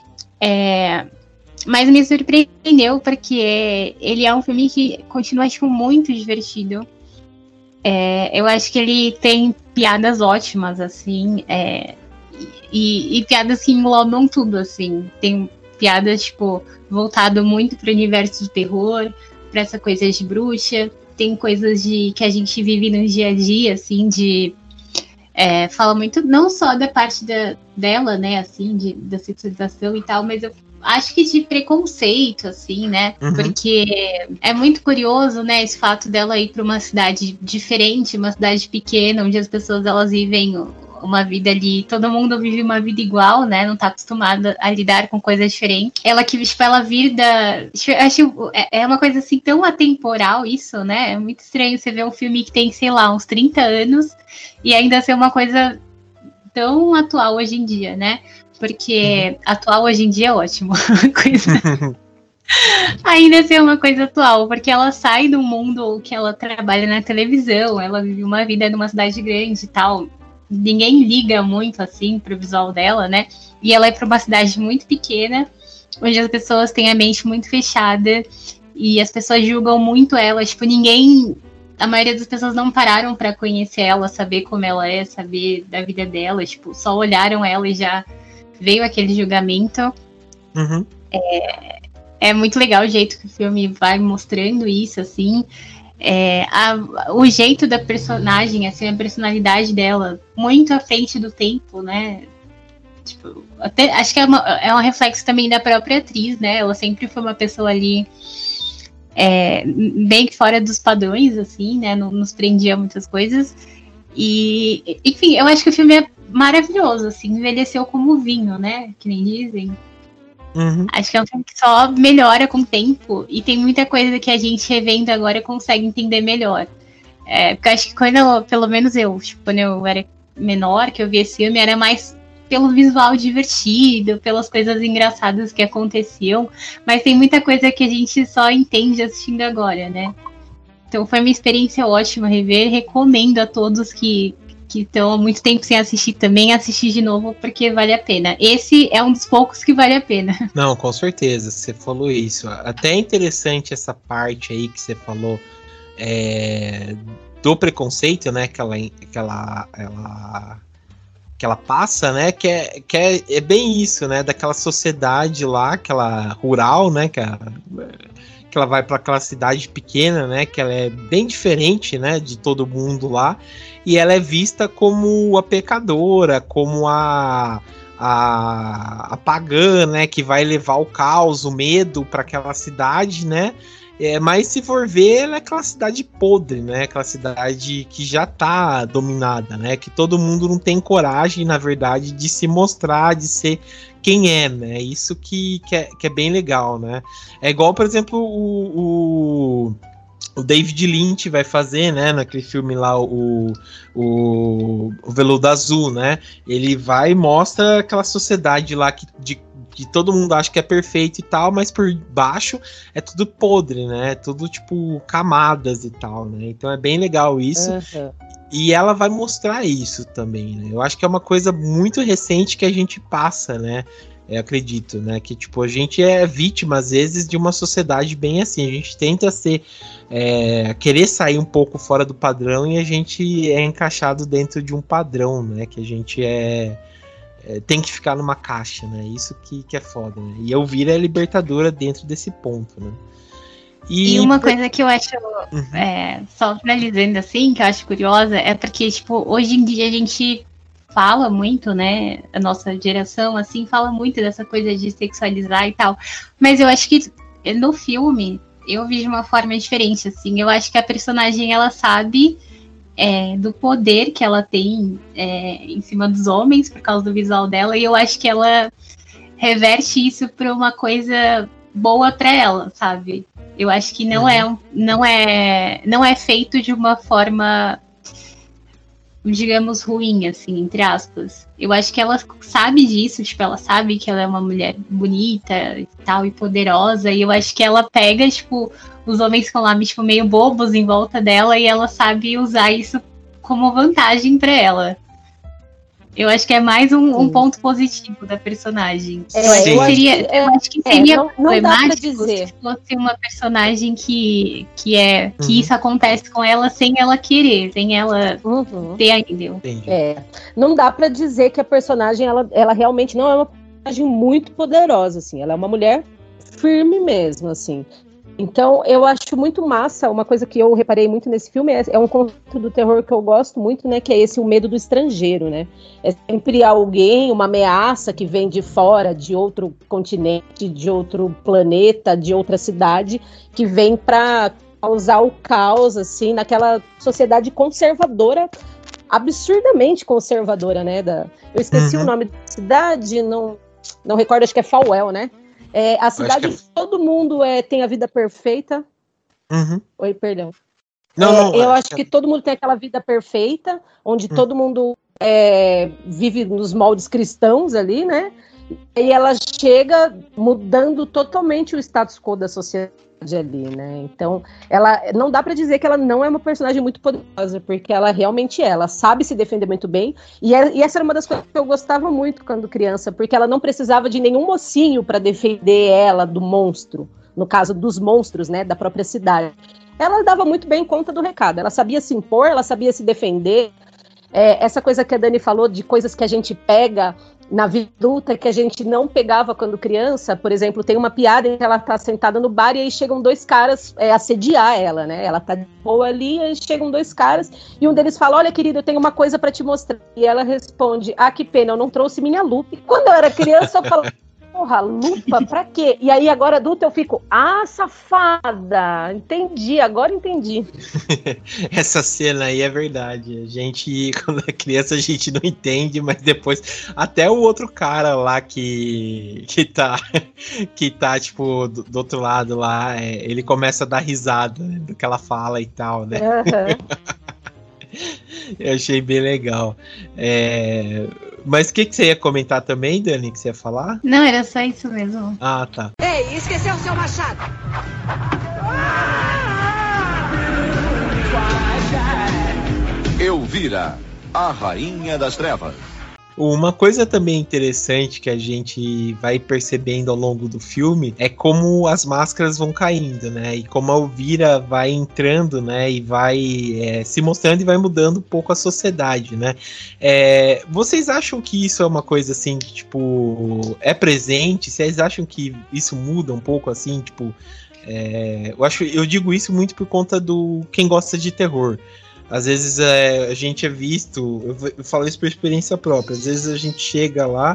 Mas me surpreendeu porque ele é um filme que continua, acho, muito divertido. Eu acho que ele tem piadas ótimas, assim, e piadas que englobam tudo, assim. Tem piadas, tipo, voltado muito pro universo do terror, pra essa coisa de bruxa. Tem coisas que a gente vive no dia a dia, assim, fala muito, não só da parte dela, né, assim, da sexualização e tal, mas eu acho que de preconceito, assim, né? Uhum. Porque é muito curioso, né, esse fato dela ir para uma cidade diferente, uma cidade pequena, onde as pessoas, elas vivem uma vida ali, todo mundo vive uma vida igual, né? Não tá acostumada a lidar com coisas diferentes. Ela que, tipo, ela vir acho, é uma coisa assim tão atemporal isso, né? É muito estranho você ver um filme que tem, sei lá, uns 30 anos e ainda ser uma coisa tão atual hoje em dia, né? Porque atual hoje em dia é ótimo. Ainda ser uma coisa atual, porque ela sai do mundo que ela trabalha na televisão, ela vive uma vida numa cidade grande e tal. Ninguém liga muito, assim, pro visual dela, né? E ela é pra uma cidade muito pequena, onde as pessoas têm a mente muito fechada e as pessoas julgam muito ela. Tipo, a maioria das pessoas não pararam pra conhecer ela, saber como ela é, saber da vida dela. Tipo, só olharam ela e já veio aquele julgamento. Uhum. É muito legal o jeito que o filme vai mostrando isso, assim. O jeito da personagem, assim, a personalidade dela, muito à frente do tempo, né? Tipo, até, acho que é um reflexo também da própria atriz, né? Ela sempre foi uma pessoa ali bem fora dos padrões, assim, né? Não nos prendia muitas coisas. E, enfim, eu acho que o filme é maravilhoso, assim, envelheceu como vinho, né? Que nem dizem. Uhum. Acho que é um filme que só melhora com o tempo e tem muita coisa que a gente revendo agora consegue entender melhor. Porque eu acho que pelo menos quando eu era menor, que eu vi esse filme, era mais pelo visual divertido, pelas coisas engraçadas que aconteciam, mas tem muita coisa que a gente só entende assistindo agora, né? Então foi uma experiência ótima rever, recomendo a todos que estão há muito tempo sem assistir também, assistir de novo, porque vale a pena. Esse é um dos poucos que vale a pena. Não, com certeza, você falou isso. Até é interessante essa parte aí que você falou do preconceito, né, que ela passa, né, que é bem isso, né, daquela sociedade lá, aquela rural, né, que ela vai para aquela cidade pequena, né, que ela é bem diferente, né, de todo mundo lá, e ela é vista como a pecadora, como a a pagã, né, que vai levar o caos, o medo para aquela cidade, né? Mas se for ver, ela é aquela cidade podre, né? Aquela cidade que já tá dominada, né? Que todo mundo não tem coragem, na verdade, de se mostrar, de ser quem é, né? Isso que é bem legal, né? É igual, por exemplo, o David Lynch vai fazer, né, naquele filme lá, o Veludo Azul, né? Ele vai e mostra aquela sociedade lá que todo mundo acha que é perfeito e tal, mas por baixo é tudo podre, né? Tudo tipo camadas e tal, né? Então é bem legal isso. Uhum. E ela vai mostrar isso também, né? Eu acho que é uma coisa muito recente que a gente passa, né? Eu acredito, né? Que tipo, a gente é vítima, às vezes, de uma sociedade bem assim. A gente tenta querer sair um pouco fora do padrão e a gente é encaixado dentro de um padrão, né? Que a gente tem que ficar numa caixa, né? Isso que é foda, né? E Elvira é libertadora dentro desse ponto, né? E uma coisa que eu acho, só finalizando assim, que eu acho curiosa, é porque, tipo, hoje em dia a gente fala muito, né? A nossa geração, assim, fala muito dessa coisa de sexualizar e tal. Mas eu acho que no filme eu vi de uma forma diferente, assim. Eu acho que a personagem, ela sabe do poder que ela tem em cima dos homens por causa do visual dela, e eu acho que ela reverte isso para uma coisa boa para ela, sabe? Eu acho que não é feito de uma forma, digamos, ruim, assim, entre aspas. Eu acho que ela sabe disso, tipo, ela sabe que ela é uma mulher bonita e tal, e poderosa, e eu acho que ela pega, tipo, os homens ficam lá, tipo, meio bobos em volta dela, e ela sabe usar isso como vantagem pra ela. Eu acho que é mais um ponto positivo da personagem. Eu acho que seria problemático se fosse uma personagem que isso acontece com ela sem ela querer, sem ela ter ainda. Não dá pra dizer que a personagem, ela realmente não é uma personagem muito poderosa, assim. Ela é uma mulher firme mesmo, assim. Então, eu acho muito massa, uma coisa que eu reparei muito nesse filme é um conceito do terror que eu gosto muito, né, que é o medo do estrangeiro, né? É sempre alguém, uma ameaça que vem de fora, de outro continente, de outro planeta, de outra cidade, que vem para causar o caos, assim, naquela sociedade conservadora, absurdamente conservadora, né? Eu esqueci o nome da cidade, não recordo, acho que é Falwell, né? A cidade que todo mundo tem a vida perfeita. Oi, perdão. Eu acho que todo mundo tem aquela vida perfeita, onde todo mundo vive nos moldes cristãos ali, né? E ela chega mudando totalmente o status quo da sociedade ali, né? Então, ela não dá pra dizer que ela não é uma personagem muito poderosa, porque ela realmente ela sabe se defender muito bem, e essa era uma das coisas que eu gostava muito quando criança, porque ela não precisava de nenhum mocinho para defender ela do monstro, no caso dos monstros, né, da própria cidade. Ela dava muito bem conta do recado, ela sabia se impor, ela sabia se defender. Essa coisa que a Dani falou de coisas que a gente pega na vida adulta que a gente não pegava quando criança, por exemplo, tem uma piada em que ela tá sentada no bar e aí chegam dois caras assediar ela, né? Ela tá de boa ali, e aí chegam dois caras e um deles fala, olha, querida, eu tenho uma coisa pra te mostrar. E ela responde, que pena, eu não trouxe minha lupa. E quando eu era criança, eu falava, porra, lupa, pra quê? E aí, agora adulta, eu fico, safada, entendi, agora entendi. Essa cena aí é verdade. A gente, quando é criança, a gente não entende, mas depois, até o outro cara lá que tá, tipo, do outro lado lá, ele começa a dar risada, né, do que ela fala e tal, né? Eu achei bem legal. Mas o que você ia comentar também, Dani, que você ia falar? Não, era só isso mesmo. Ah, tá. Ei, esqueceu o seu machado! Elvira, a Rainha das Trevas. Uma coisa também interessante que a gente vai percebendo ao longo do filme é como as máscaras vão caindo, né? E como a Elvira vai entrando, né? E vai se mostrando e vai mudando um pouco a sociedade, né? Vocês acham que isso é uma coisa assim que, tipo, é presente? Vocês acham que isso muda um pouco assim, tipo... eu digo isso muito por conta do quem gosta de terror. Às vezes a gente é visto, eu falo isso por experiência própria, às vezes a gente chega lá,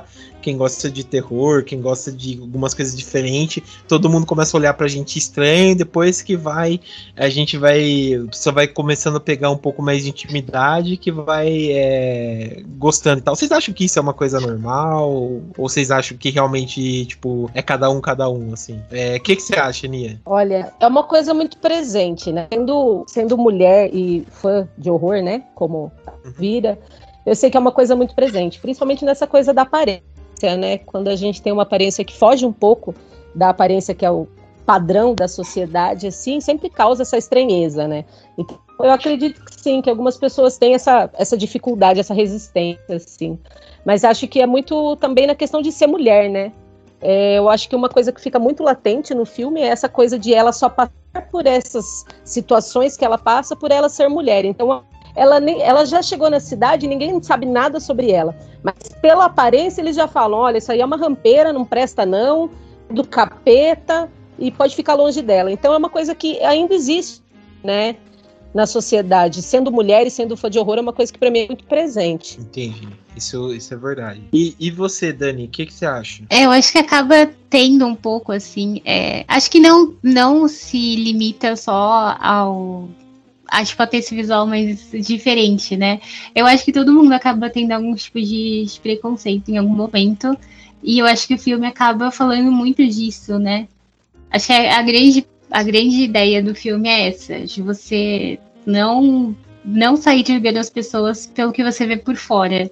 quem gosta de terror, quem gosta de algumas coisas diferentes, todo mundo começa a olhar pra gente estranho, depois que a gente só vai começando a pegar um pouco mais de intimidade, que vai gostando e tal. Vocês acham que isso é uma coisa normal? Ou vocês acham que realmente, tipo, é cada um, assim? O que você acha, Nia? Olha, é uma coisa muito presente, né? Sendo mulher e fã de horror, né? Como Vira, eu sei que é uma coisa muito presente, principalmente nessa coisa da aparência, né? Quando a gente tem uma aparência que foge um pouco da aparência que é o padrão da sociedade, assim, sempre causa essa estranheza, né? Então, eu acredito que sim, que algumas pessoas têm essa dificuldade, essa resistência, assim. Mas acho que é muito também na questão de ser mulher, né? Eu acho que uma coisa que fica muito latente no filme é essa coisa de ela só passar por essas situações que ela passa por ela ser mulher. Então, ela já chegou na cidade e ninguém sabe nada sobre ela. Mas pela aparência eles já falam, olha, isso aí é uma rampeira, não presta não, do capeta, e pode ficar longe dela. Então é uma coisa que ainda existe, né, na sociedade. Sendo mulher e sendo fã de horror é uma coisa que pra mim é muito presente. Entendi. Isso é verdade. E você, Dani, o que você acha? Eu acho que acaba tendo um pouco, assim, acho que não se limita só ao... Acho que pode ter esse visual mais diferente, né? Eu acho que todo mundo acaba tendo algum tipo de preconceito em algum momento. E eu acho que o filme acaba falando muito disso, né? Acho que a grande ideia do filme é essa. De você não sair julgando as pessoas pelo que você vê por fora.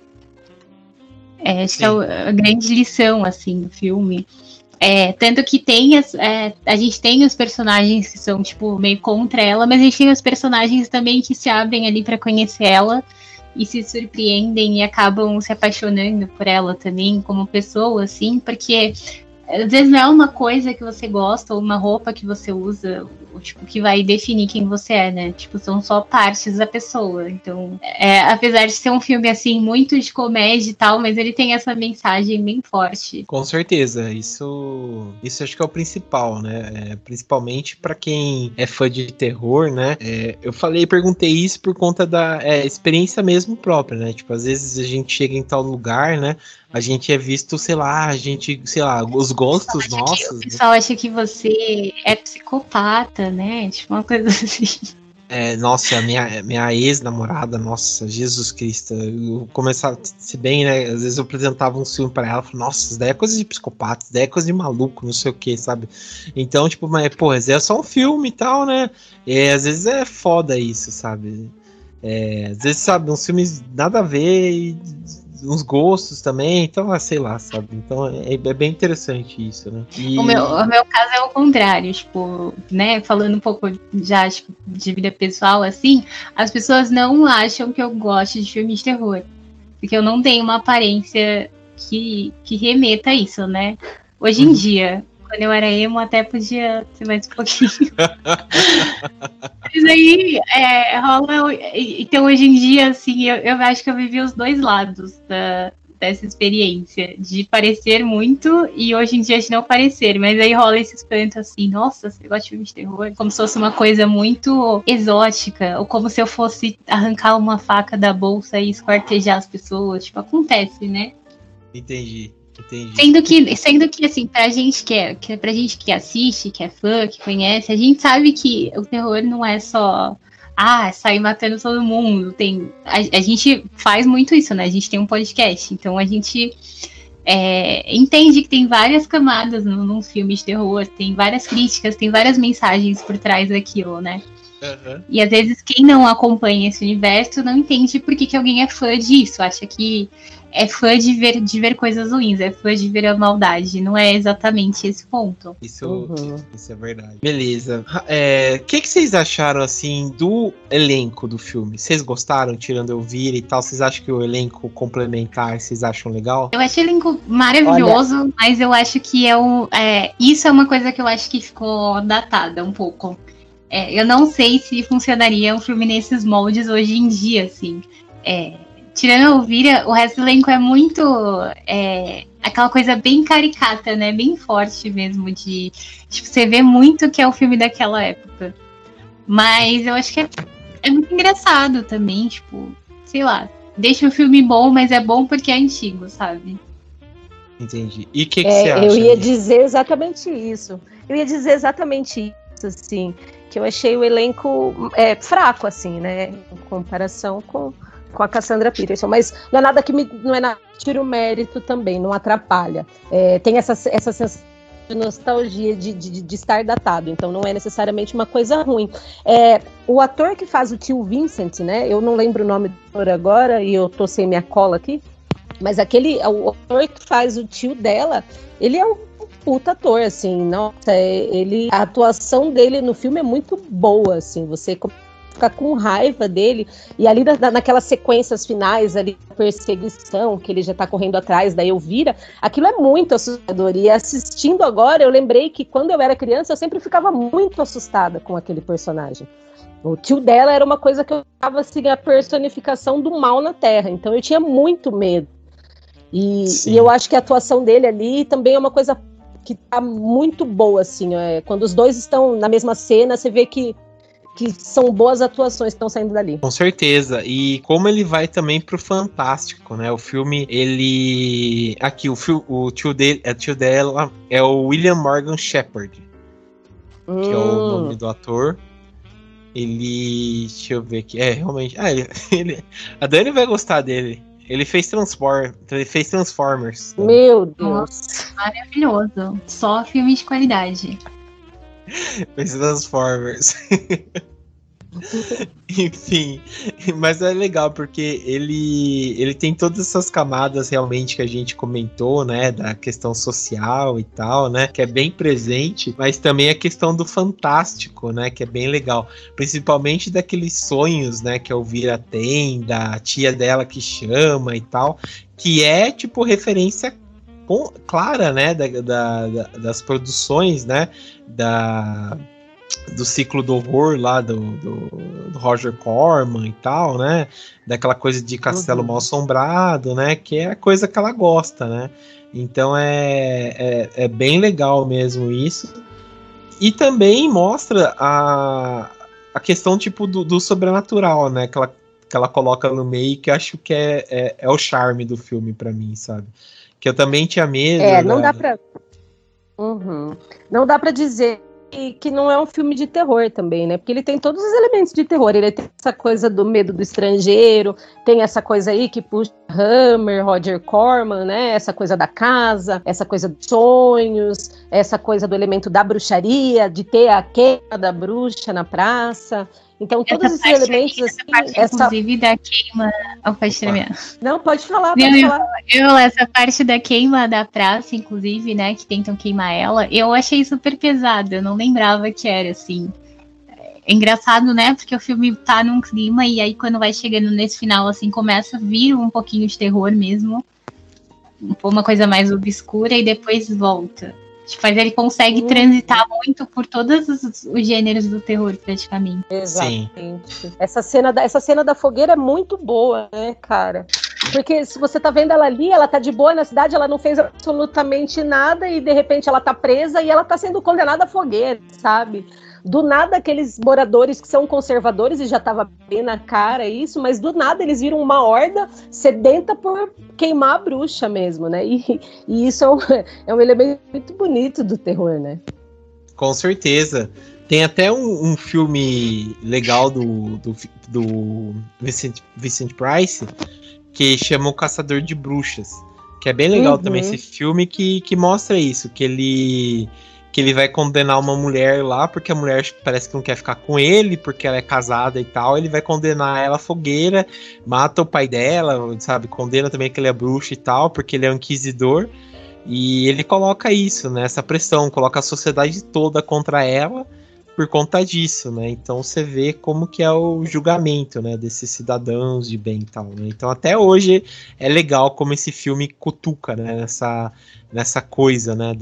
Acho que é a grande lição, assim, do filme. Tanto que a gente tem os personagens que são, tipo, meio contra ela, mas a gente tem os personagens também que se abrem ali pra conhecer ela e se surpreendem e acabam se apaixonando por ela também como pessoa, assim, porque às vezes não é uma coisa que você gosta ou uma roupa que você usa, ou, tipo, que vai definir quem você é, né? Tipo, são só partes da pessoa. Então, apesar de ser um filme, assim, muito de comédia e tal, mas ele tem essa mensagem bem forte. Com certeza, isso acho que é o principal, né? Principalmente pra quem é fã de terror, né? Perguntei isso por conta da experiência mesmo própria, né? Tipo, às vezes a gente chega em tal lugar, né? A gente é visto, sei lá, os gostos nossos. O pessoal acha que você é psicopata, né? Tipo, uma coisa assim. Nossa, minha ex-namorada, nossa, Jesus Cristo. Eu começava, se bem, né? Às vezes eu apresentava um filme pra ela, falava, nossa, isso daí é coisa de psicopata, isso daí é coisa de maluco, não sei o que, sabe? Então, tipo, mas, pô, é só um filme e tal, né? Às vezes é foda isso, sabe? Às vezes, sabe, uns filmes nada a ver e uns gostos também, então, sei lá, sabe? Então é bem interessante isso, né? O meu caso é o contrário, tipo, né? Falando um pouco já tipo, de vida pessoal, assim, as pessoas não acham que eu gosto de filmes de terror, porque eu não tenho uma aparência que remeta a isso, né? Hoje em dia, quando eu era emo, até podia ser mais um pouquinho. Mas aí rola. Então, hoje em dia, assim, eu acho que eu vivi os dois lados dessa experiência, de parecer muito e hoje em dia de não parecer. Mas aí rola esse espanto assim, nossa, você gosta de filme de terror? Como se fosse uma coisa muito exótica, ou como se eu fosse arrancar uma faca da bolsa e esquartejar as pessoas. Tipo, acontece, né? Entendi. Sendo que assim, pra gente que assiste, que é fã, que conhece, a gente sabe que o terror não é só sair matando todo mundo. A gente faz muito isso, né? A gente tem um podcast, então a gente entende que tem várias camadas num filme de terror, tem várias críticas, tem várias mensagens por trás daquilo, né? Uhum. E às vezes quem não acompanha esse universo não entende por que alguém é fã disso, acha que é fã de ver coisas ruins, é fã de ver a maldade. Não é exatamente esse ponto. Isso é verdade. Beleza. O que vocês acharam, assim, do elenco do filme? Vocês gostaram, tirando eu vir e tal? Vocês acham que o elenco complementar, vocês acham legal? Eu acho o elenco maravilhoso, mas eu acho que isso é uma coisa que eu acho que ficou datada um pouco. Eu não sei se funcionaria um filme nesses moldes hoje em dia, assim. Tirando a Elvira, o resto do elenco é muito aquela coisa bem caricata, né? Bem forte mesmo, de tipo, você vê muito que é o filme daquela época. Mas eu acho que é muito engraçado também, tipo, sei lá, deixa o filme bom, mas é bom porque é antigo, sabe? Entendi. E o que você acha? Eu ia dizer exatamente isso. Assim, que eu achei o elenco fraco, assim, né? Em comparação com a Cassandra Peterson. Mas não é nada que tira o mérito também, não atrapalha. Tem essa sensação de nostalgia de estar datado, então não é necessariamente uma coisa ruim. O ator que faz o tio Vincent, né? Eu não lembro o nome do ator agora e eu tô sem minha cola aqui. Mas o ator que faz o tio dela, ele é um puta ator, assim, nossa, a atuação dele no filme é muito boa, assim, você fica com raiva dele, e ali naquelas sequências finais, ali, a perseguição, que ele já tá correndo atrás da Elvira, aquilo é muito assustador, e assistindo agora, eu lembrei que quando eu era criança, eu sempre ficava muito assustada com aquele personagem. O tio dela era uma coisa que eu ficava, assim, a personificação do mal na Terra, então eu tinha muito medo. E eu acho que a atuação dele ali também é uma coisa que tá muito boa, assim. Quando os dois estão na mesma cena, você vê que são boas atuações que estão saindo dali. Com certeza. E como ele vai também pro fantástico, né? O filme, ele... Aqui, o tio dela é o William Morgan Shepard, que é o nome do ator. Ele... Deixa eu ver aqui. Realmente... a Dani vai gostar dele. Ele fez Transformers. Então. Meu Deus. Nossa, maravilhoso. Só filme de qualidade. Fez Transformers. Enfim, mas é legal porque ele tem todas essas camadas realmente que a gente comentou, né, da questão social e tal, né, que é bem presente, mas também a questão do fantástico, né, que é bem legal, principalmente daqueles sonhos, né, que a Elvira tem, da tia dela que chama e tal, que é tipo referência clara, né, das produções, né, do ciclo do horror lá do Roger Corman e tal, né? Daquela coisa de Castelo Mal Assombrado, né? Que é a coisa que ela gosta, né? Então é bem legal mesmo isso. E também mostra a questão tipo do sobrenatural, né? Que ela coloca no meio, que eu acho que é o charme do filme pra mim, sabe? Que eu também tinha medo. Não dá pra... Não dá pra dizer que não é um filme de terror também, né? Porque ele tem todos os elementos de terror. Ele tem essa coisa do medo do estrangeiro, tem essa coisa aí que puxa Hammer, Roger Corman, né? Essa coisa da casa, essa coisa dos sonhos, essa coisa do elemento da bruxaria, de ter a queima da bruxa na praça. Então, todos esses elementos, assim... Inclusive, da queima... Pode terminar. Não, pode falar, essa parte da queima da praça, inclusive, né, que tentam queimar ela, eu achei super pesada, eu não lembrava que era, assim... É engraçado, né, porque o filme tá num clima, e aí quando vai chegando nesse final, assim, começa a vir um pouquinho de terror mesmo, uma coisa mais obscura, e depois volta. Mas ele consegue transitar muito por todos os gêneros do terror, praticamente. Exatamente. Sim. Essa cena da fogueira é muito boa, né, cara? Porque se você tá vendo ela ali, ela tá de boa na cidade, ela não fez absolutamente nada e de repente ela tá presa e ela tá sendo condenada à fogueira, sabe? Do nada, aqueles moradores que são conservadores, e já tava bem na cara isso, mas do nada eles viram uma horda sedenta por queimar a bruxa mesmo, né? E isso é um elemento muito bonito do terror, né? Com certeza. Tem até um filme legal do Vincent Price, que chama O Caçador de Bruxas, que é bem legal também esse filme, que mostra isso, que ele vai condenar uma mulher lá, porque a mulher parece que não quer ficar com ele, porque ela é casada e tal, ele vai condenar ela à fogueira, mata o pai dela, sabe, condena também que ele é bruxa e tal, porque ele é um inquisidor, e ele coloca isso, né, essa pressão, coloca a sociedade toda contra ela, por conta disso, né, então você vê como que é o julgamento, né, desses cidadãos de bem e tal, né, então até hoje é legal como esse filme cutuca, né, nessa coisa, né,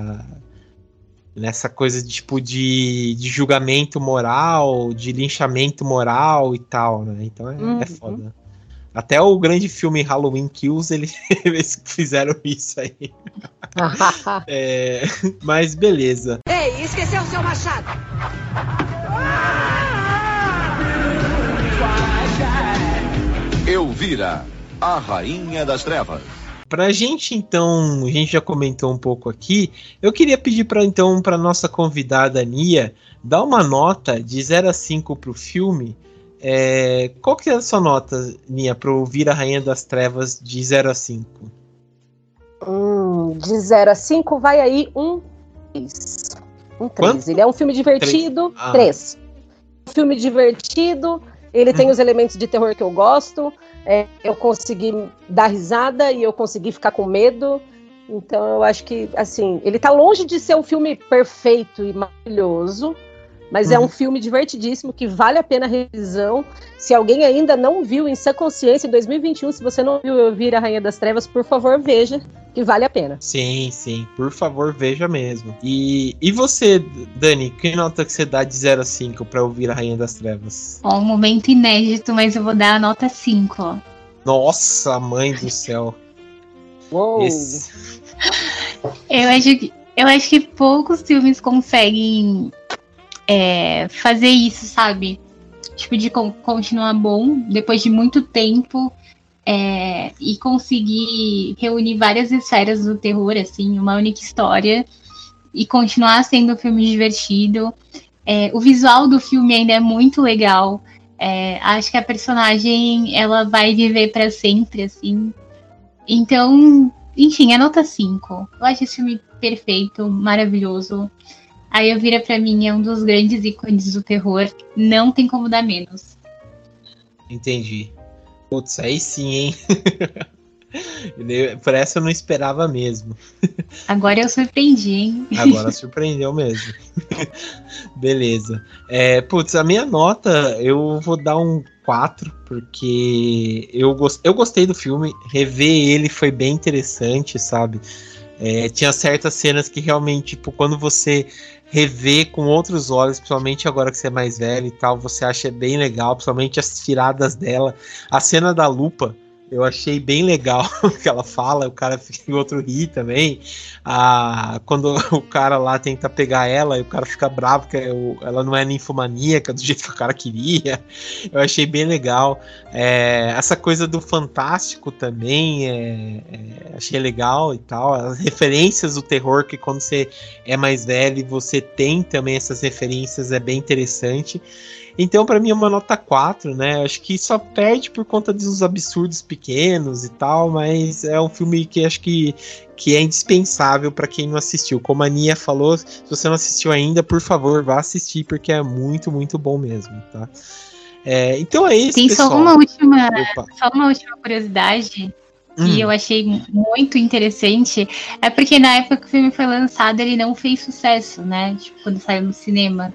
nessa coisa tipo de julgamento moral, de linchamento moral e tal, né? Então é foda. Até o grande filme Halloween Kills, eles fizeram isso aí. Mas beleza. Ei, esqueceu o seu machado! Elvira, a Rainha das Trevas. Pra gente, então, a gente já comentou um pouco aqui, eu queria pedir pra nossa convidada Nia dar uma nota de 0 a 5 pro filme. Qual que é a sua nota, Nia, pra ouvir A Rainha das Trevas de 0 a 5? De 0 a 5 vai aí um 3. Um 3. Ele é um filme divertido. 3. Um filme divertido. Ele tem os elementos de terror que eu gosto. Eu consegui dar risada e eu consegui ficar com medo. Então eu acho que, assim, ele tá longe de ser um filme perfeito e maravilhoso, mas é um filme divertidíssimo que vale a pena a revisão. Se alguém ainda não viu em sã consciência, em 2021, se você não viu Eu Vir a Rainha das Trevas, por favor, veja, que vale a pena. Sim, por favor, veja mesmo. E você, Dani, que nota que você dá de 0 a 5 pra ouvir A Rainha das Trevas? Um momento inédito, mas eu vou dar a nota 5. Nossa, mãe do céu. Uou! Eu acho que poucos filmes conseguem fazer isso, sabe? Tipo, de continuar bom depois de muito tempo e conseguir reunir várias esferas do terror, assim, uma única história e continuar sendo um filme divertido. O visual do filme ainda é muito legal. Acho que a personagem, ela vai viver pra sempre, assim. Então, enfim, a nota 5. Eu acho esse filme perfeito, maravilhoso. A Elvira, pra mim, é um dos grandes ícones do terror. Não tem como dar menos. Entendi. Putz, aí sim, hein? Por essa eu não esperava mesmo. Agora eu surpreendi, hein? Agora surpreendeu mesmo. Beleza. Putz, a minha nota, eu vou dar um 4, porque eu gostei do filme. Rever ele foi bem interessante, sabe? Tinha certas cenas que realmente, tipo, quando você revê com outros olhos, principalmente agora que você é mais velho e tal, você acha bem legal, principalmente as tiradas dela. A cena da lupa, eu achei bem legal que ela fala, o cara fica, o outro ri também. Quando o cara lá tenta pegar ela e o cara fica bravo porque ela não é ninfomaníaca do jeito que o cara queria. Eu achei bem legal. Essa coisa do fantástico também, achei legal e tal. As referências do terror, que quando você é mais velho você tem também essas referências, é bem interessante. Então, pra mim, é uma nota 4, né? Acho que só perde por conta dos absurdos pequenos e tal, mas é um filme que acho que é indispensável pra quem não assistiu. Como a Nia falou, se você não assistiu ainda, por favor, vá assistir, porque é muito, muito bom mesmo, tá? Então é isso, tem pessoal. Só uma última curiosidade que eu achei muito interessante. É porque na época que o filme foi lançado, ele não fez sucesso, né? Tipo, quando saiu no cinema.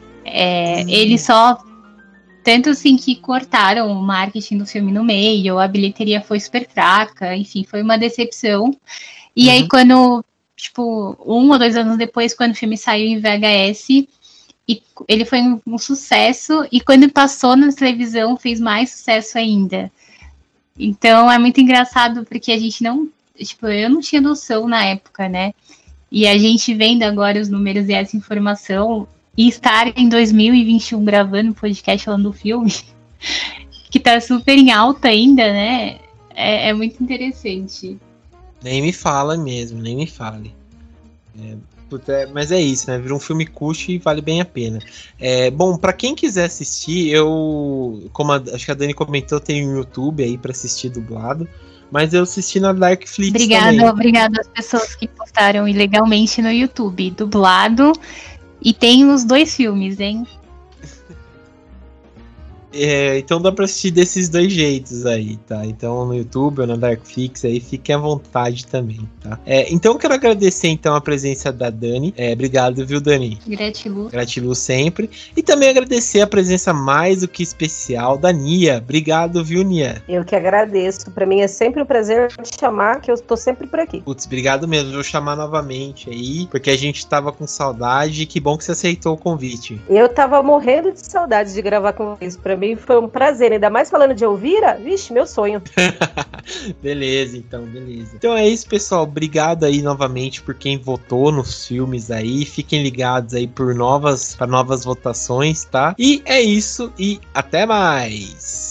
Ele só... Tanto assim que cortaram o marketing do filme no meio, a bilheteria foi super fraca, enfim, foi uma decepção. E aí quando, tipo, 1 ou 2 anos depois, quando o filme saiu em VHS, ele foi um sucesso, e quando passou na televisão, fez mais sucesso ainda. Então é muito engraçado, porque a gente não... Tipo, eu não tinha noção na época, né? E a gente vendo agora os números e essa informação... E estar em 2021 gravando um podcast falando do filme, que tá super em alta ainda, né? É muito interessante. Nem me fala mesmo, nem me fale. Mas é isso, né? Virou um filme cult e vale bem a pena. Bom, pra quem quiser assistir, acho que a Dani comentou, tem um YouTube aí pra assistir dublado. Mas eu assisti na Darkflix também. Obrigada às pessoas que postaram ilegalmente no YouTube, dublado. E tem os 2 filmes, hein? Então dá pra assistir desses 2 jeitos aí, tá? Então no YouTube ou na Darkflix aí, fiquem à vontade também, tá? Então eu quero agradecer então a presença da Dani. Obrigado, viu, Dani? Gratiluz sempre. E também agradecer a presença mais do que especial da Nia. Obrigado, viu, Nia? Eu que agradeço. Pra mim é sempre um prazer te chamar, que eu tô sempre por aqui. Putz, obrigado mesmo. Vou chamar novamente aí, porque a gente tava com saudade. Que bom que você aceitou o convite. Eu tava morrendo de saudade de gravar com vocês. Pra mim foi um prazer, ainda mais falando de Elvira, vixe, meu sonho. Beleza, então, beleza. Então é isso, pessoal, obrigado aí novamente por quem votou nos filmes aí, fiquem ligados aí para novas votações, tá? E é isso, e até mais!